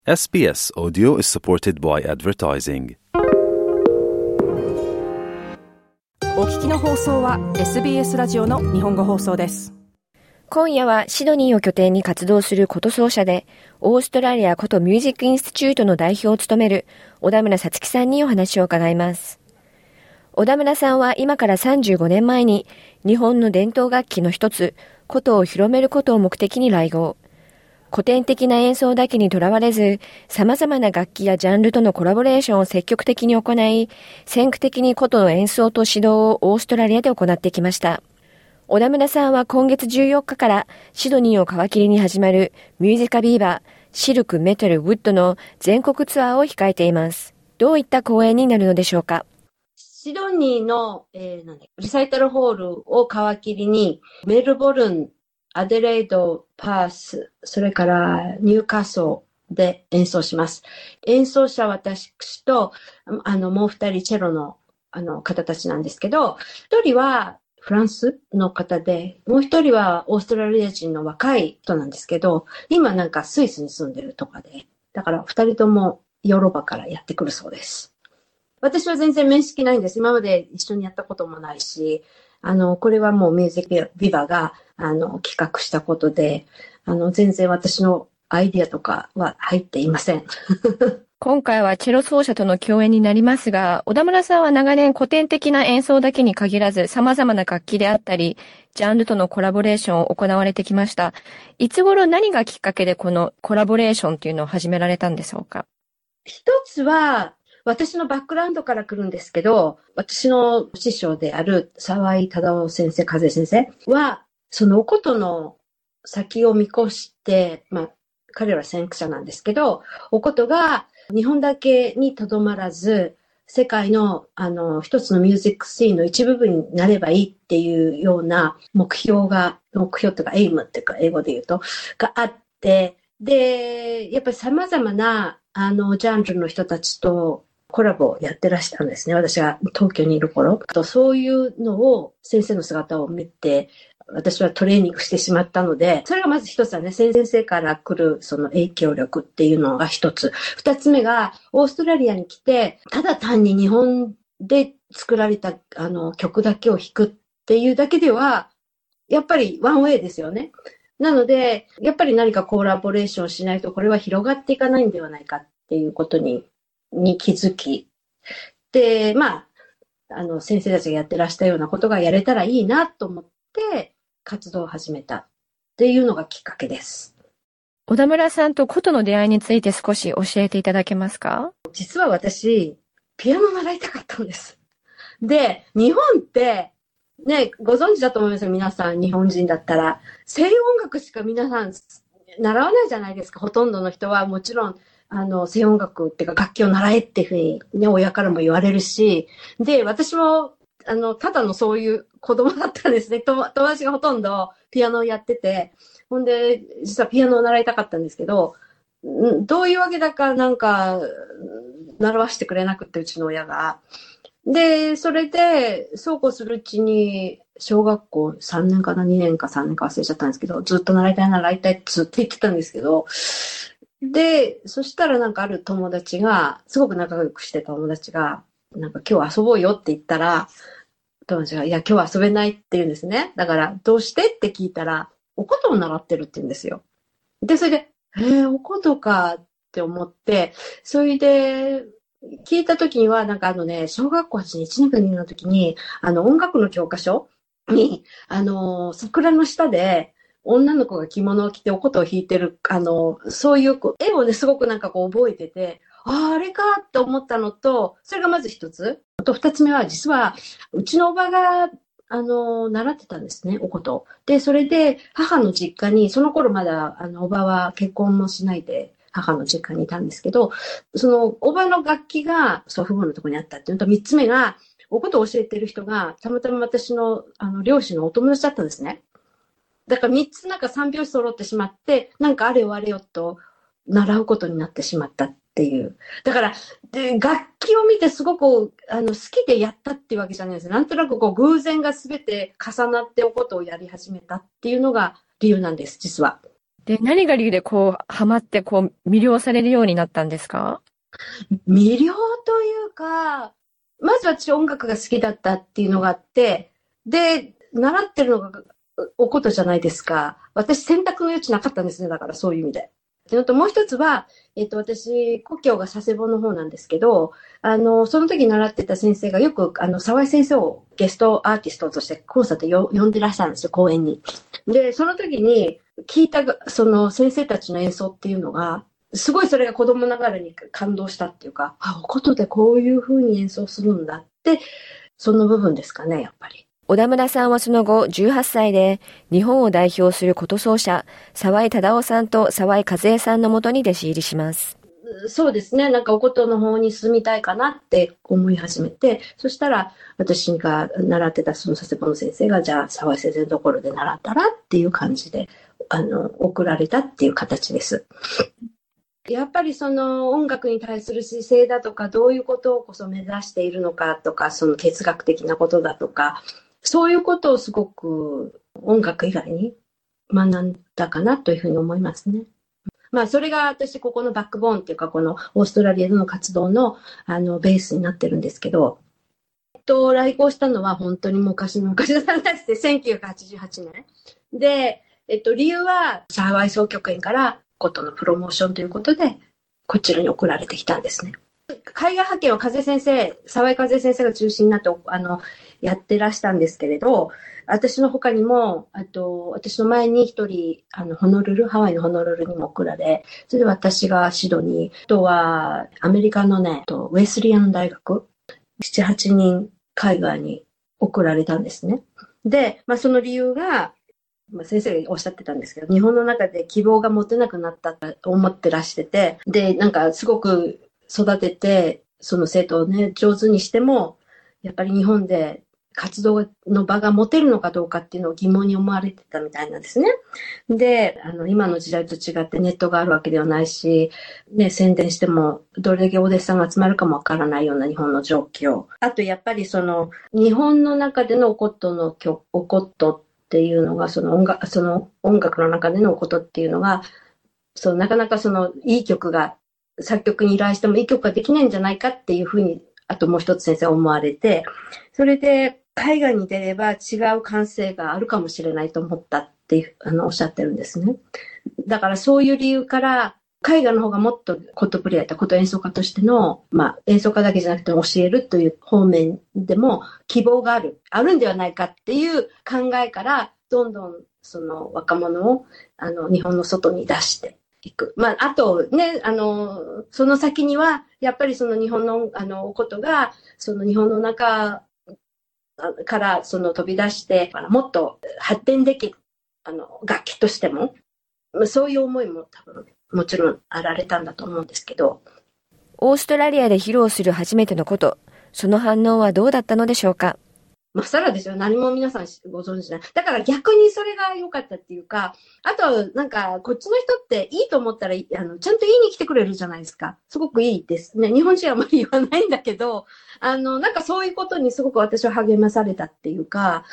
SBS Audio is supported by advertising. お聞きの放送は SBS ラジオの日本語放送です。 今夜はシドニーを拠点に活動する琴奏者で、オーストラリア琴ミュージックインスティチュートの代表を務める小田村さつきさんにお話を伺います。小田村さんは今から35年前に日本の伝統楽器の一つ、琴を広めることを目的に来合。古典的な演奏だけにとらわれず、様々な楽器やジャンルとのコラボレーションを積極的に行い、先駆的に琴の演奏と指導をオーストラリアで行ってきました。小田村さんは今月14日からシドニーを皮切りに始まるミュージカビーバー、シルク、メタル、ウッドの全国ツアーを控えています。どういった公演になるのでしょうか。 シドニーの、リサイタルホールを皮切りに、メルボルン、アデレード、パース、それからニューカッソルで演奏します。演奏者は私と、もう二人チェロの、方たちなんですけど、一人はフランスの方で、もう一人はオーストラリア人の若い人なんですけど、今なんかスイスに住んでるとかで、だから二人ともヨーロッパからやってくるそうです。私は全然面識ないんです。今まで一緒にやったこともないし、これはもうミュージックビバが、企画したことで、全然私のアイディアとかは入っていません。 今回はチェロ奏者との共演になりますが、小田村さんは長年古典的な演奏だけに限らず、様々な楽器であったり、ジャンルとのコラボレーションを行われてきました。いつ頃何がきっかけでこのコラボレーションというのを始められたんでしょうか。 一つは、私のバックグラウンドから来るんですけど、私の師匠である沢井忠夫先生、風先生は、そのお琴の先を見越して、彼は先駆者なんですけど、お琴が日本だけにとどまらず、世界の一つのミュージックシーンの一部分になればいいっていうような目標というかエイムっていうか英語で言うと、があって、で、やっぱり様々なジャンルの人たちとコラボをやってらしたんですね。私が東京にいる頃。そういうのを先生の姿を見て、私はトレーニングしてしまったので、それがまず一つはね、先生から来るその影響力っていうのが一つ。二つ目が、オーストラリアに来て、ただ単に日本で作られた曲だけを弾くっていうだけでは、やっぱりワンウェイですよね。なので、やっぱり何かコラボレーションしないと、これは広がっていかないんではないかっていうことに気づき。で、先生たちがやってらしたようなことがやれたらいいなと思って、活動を始めたっていうのがきっかけです。 小田村さんと琴の出会いについて少し教えていただけますか？ 実は私、ピアノ習いたかったんです。で、日本って、ね、ご存知だと思いますよ。皆さん、日本人だったら。西洋音楽しか皆さん習わないじゃないですか。ほとんどの人はもちろん、西洋音楽っていうか楽器を習えっていうふうにね、親からも言われるし。で、私も、ただのそういう子供だったんですね。友達がほとんどピアノをやってて。ほんで、実はピアノを習いたかったんですけど、どういうわけだかなんか、習わせてくれなくて、うちの親が。で、それで、そうこうするうちに、小学校3年かな、2年か3年か忘れちゃったんですけど、ずっと習いたいってずっと言ってたんですけど、で、そしたらなんかある友達が、すごく仲良くしてた友達が、なんか今日遊ぼうよって言ったら、友達が、いや今日遊べないって言うんですね。だから、どうしてって聞いたら、お琴を習ってるって言うんですよ。で、それで、お琴かって思って、それで、聞いた時には、なんか小学校1年か2年の時に、音楽の教科書に、桜の下で、女の子が着物を着てお琴を弾いてる、そういう絵をね、すごくなんかこう覚えてて、あれかって思ったのと、それがまず一つ。と二つ目は、実は、うちのおばが、習ってたんですね、お琴。で、それで、母の実家に、その頃まだ、おばは結婚もしないで、母の実家にいたんですけど、その、おばの楽器が祖父母のところにあったっていうのと、三つ目が、お琴を教えてる人が、たまたま私の、両親のお友達だったんですね。だから三つなんか三拍子揃ってしまって、なんかあれよあれよと習うことになってしまったっていう。だから、楽器を見てすごく好きでやったっていうわけじゃないです。なんとなくこう偶然が全て重なっておことをやり始めたっていうのが理由なんです、実は。 で、何が理由でハマって魅了されるようになったんですか？ 魅了というか、まず私音楽が好きだったっていうのがあって、で、習ってるのがおことじゃないですか。私選択の余地なかったんですね。だからそういう意味で。もう一つは、私、故郷が佐世保の方なんですけど、その時習ってた先生がよく、沢井先生をゲストアーティストとしてコンサート呼んでらっしゃるんですよ、公演に。で、その時に聞いた、その先生たちの演奏っていうのが、すごいそれが子供ながらに感動したっていうか、おことでこういう風に演奏するんだって、その部分ですかね、やっぱり。 小田村さんはその後18歳で日本を代表する琴奏者沢井忠夫さんと沢井和恵さんのもとに弟子入りします。 そうですね。なんかおことの方に進みたいかなって思い始めて、そしたら私が習ってたその佐世保の先生が、じゃあ沢井先生のところで習ったらっていう感じで、送られたっていう形です。やっぱりその音楽に対する姿勢だとか、どういうことをこそ目指しているのかとか、その哲学的なことだとか、そういうことをすごく音楽以外に学んだかなというふうに思いますね。まあそれが私ここのバックボーンっていうか、このオーストラリアでの活動のベースになってるんですけど、来校したのは本当に昔の話で1988年。で、理由は沢井総局員からことのプロモーションということで、こちらに送られてきたんですね。海外派遣は沢井風先生が中心になって、やってらしたんですけれど、私の他にも、私の前に一人、ハワイのホノルルにも送られ、それで私がシドニー、あとは、アメリカのね、ウェスリアン大学、7、8人海外に送られたんですね。で、まあその理由が、先生がおっしゃってたんですけど、日本の中で希望が持てなくなったと思ってらしてて、で、なんかすごく育てて、その生徒をね、上手にしても、やっぱり日本で活動の場が持てるのかどうかっていうのを疑問に思われてたみたいなんですね。で、今の時代と違ってネットがあるわけではないし、ね、宣伝してもどれだけお弟子さんが集まるかもわからないような日本の状況。あとやっぱりその、日本の中でのおことっていうのが、その音楽の中でのことっていうのが、なかなかいい曲が、作曲に依頼してもいい曲ができないんじゃないかっていうふうに、あともう一つ先生は思われて、それで海外に出れば違う感性があるかもしれないと思ったっていう、おっしゃってるんですね。だからそういう理由から、海外の方がもっとコトプレイヤーと演奏家としての、まあ演奏家だけじゃなくて教えるという方面でも希望があるんではないかっていう考えから、どんどんその若者を日本の外に出していく。まああとね、その先にはやっぱりその日本のことがその日本の中から飛び出してもっと発展できる楽器としても、そういう思いも多分もちろんあられたんだと思うんですけど。 オーストラリアで披露する初めてのこと、その反応はどうだったのでしょうか？ まっさらですよ。何も皆さんご存知ない。だから逆にそれが良かったっていうか、あとなんかこっちの人っていいと思ったらちゃんと言いに来てくれるじゃないですか。すごくいいですね。日本人はあまり言わないんだけど、なんかそういうことにすごく私は励まされたっていうか、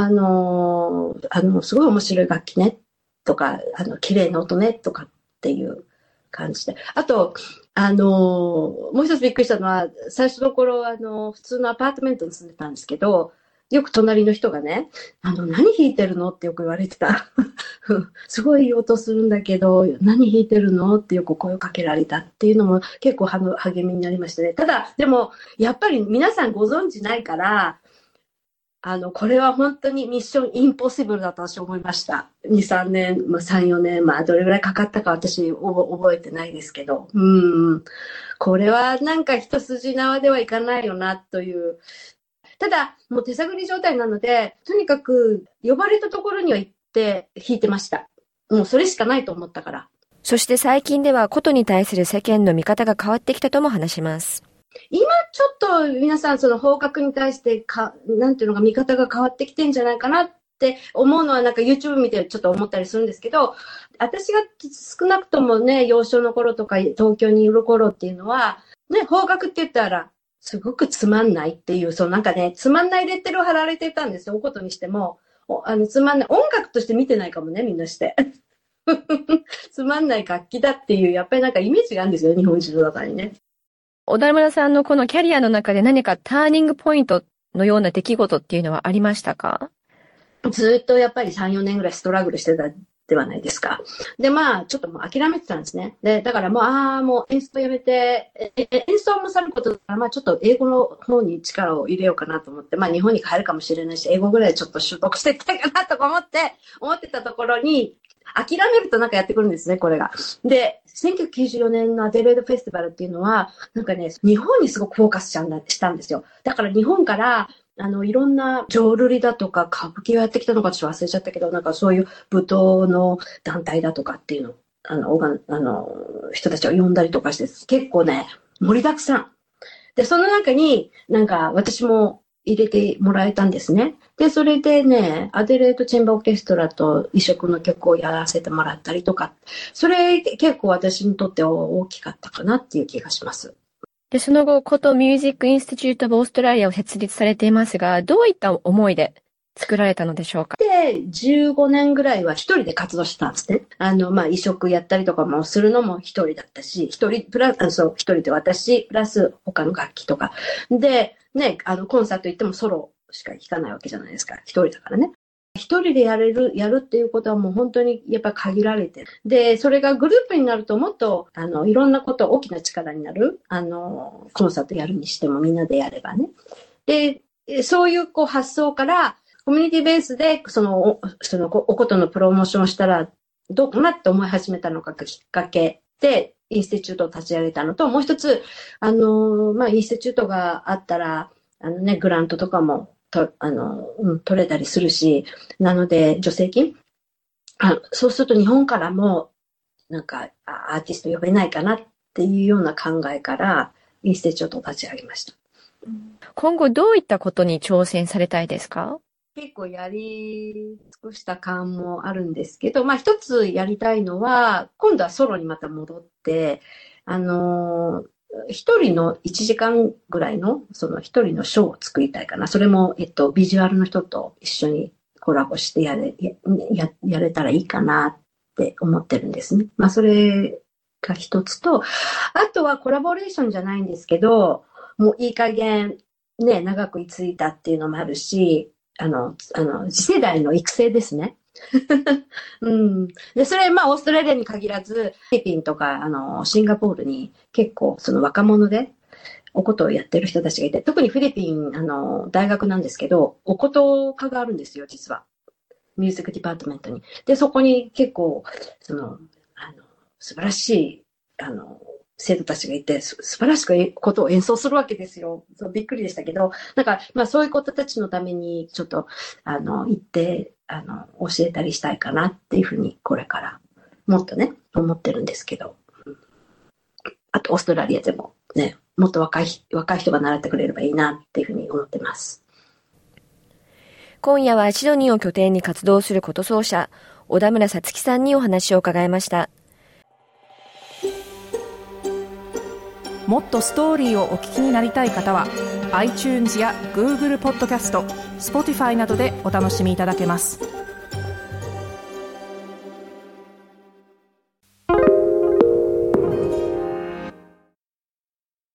すごい面白い楽器ねとか、綺麗な音ねとかっていう感じで。あと、もう一つびっくりしたのは、最初の頃、普通のアパートメントに住んでたんですけど、よく隣の人がね、何弾いてるのってよく言われてた。すごいいい音するんだけど、何弾いてるのってよく声をかけられたっていうのも結構励みになりましたね。ただ、でも、やっぱり皆さんご存知ないから、これは本当にミッションインポッシブルだと私思いました。2、3年、3、4年、どれぐらいかかったか私覚えてないですけど。これはなんか一筋縄ではいかないよなという。ただ、もう手探り状態なので、とにかく呼ばれたところには行って弾いてました。もうそれしかないと思ったから。 そして最近では琴に対する世間の見方が変わってきたとも話します。 今ちょっと皆さん放課に対してなんていうのか見方が変わってきてんじゃないかなって思うのはなんか YouTube 見てちょっと思ったりするんですけど、私が少なくともね、幼少の頃とか東京にいる頃っていうのは、ね、邦楽って言ったらすごくつまんないっていう、なんかね、つまんないレッテルを貼られてたんですよ、おことにしても。つまんない。音楽として見てないかもね、みんなして。 つまんない楽器だっていう、やっぱりなんかイメージがあるんですよ、日本人の中にね。 小田村さんのこのキャリアの中で何かターニングポイントのような出来事っていうのはありましたか？ ずっとやっぱり3、4年ぐらいストラグルしてたではないですか。で、まあ、ちょっともう諦めてたんですね。で、だからもう、もう演奏やめて、演奏もさることから、まあ、ちょっと英語の方に力を入れようかなと思って、まあ、日本に帰るかもしれないし、英語ぐらいちょっと習得していきたいかなとか思ってたところに、諦めるとなんかやってくるんですね、これが。で、1994年のアデレードフェスティバルっていうのは、なんかね、日本にすごくフォーカスしたんですよ。だから日本から、いろんな浄瑠璃だとか歌舞伎をやってきたのかちょっと忘れちゃったけど、なんかそういう舞踏の団体だとかっていうの、人たちを呼んだりとかして、結構ね、盛りだくさん。で、その中になんか私も入れてもらえたんですね。で、それでね、アデレードチェンバーオーケストラと異色の曲をやらせてもらったりとか、それ結構私にとって大きかったかなっていう気がします。 で、その後、ことミュージックインスティチュート・オブ・オーストラリアを設立されていますが、どういった思いで作られたのでしょうか？ で、15年ぐらいは一人で活動してたんですね。まあ、移植やったりとかもするのも一人だったし、一人で私、プラス他の楽器とか。で、ね、コンサート行ってもソロしか弾かないわけじゃないですか。一人だからね。一人でやるっていうことはもう本当にやっぱり限られてる。で、それがグループになるともっと、いろんなこと、大きな力になる。コンサートやるにしてもみんなでやればね。で、そういう発想から、コミュニティベースで、おことのプロモーションをしたら、どうかなって思い始めたのがきっかけで、インスティチュートを立ち上げたのと、もう一つ、まあ、インスティチュートがあったら、グラントとかも、取れたりするし、なので、助成金そうすると日本からも、なんか、アーティスト呼べないかなっていうような考えから、インスティチュートを立ち上げました。 今後どういったことに挑戦されたいですか？ 結構やり尽くした感もあるんですけど、まあ一つやりたいのは、今度はソロにまた戻って、一人の1時間ぐらいの、その一人のショーを作りたいかな。それも、ビジュアルの人と一緒にコラボしてやれたらいいかなって思ってるんですね。まあそれが一つと、あとはコラボレーションじゃないんですけど、もういい加減ね、長く居ついたっていうのもあるし、次世代の育成ですね。うん。で、それ、まあ、オーストラリアに限らず、フィリピンとか、シンガポールに結構、その若者で、おことをやってる人たちがいて、特にフィリピン、大学なんですけど、おこと科があるんですよ、実は。ミュージックディパートメントに。で、そこに結構、素晴らしい、生徒たちがいて、素晴らしくことを演奏するわけですよ。そうびっくりでしたけど、なんか、まあそういう子たちのために、ちょっと、行って、教えたりしたいかなっていうふうに、これから、もっとね、思ってるんですけど。あと、オーストラリアでもね、もっと若い人が習ってくれればいいなっていうふうに思ってます。 今夜はシドニーを拠点に活動すること奏者、小田村さつきさんにお話を伺いました。 もっとストーリーをお聞きになりたい方は iTunes や Google ポッドキャスト、Spotify などでお楽しみいただけます。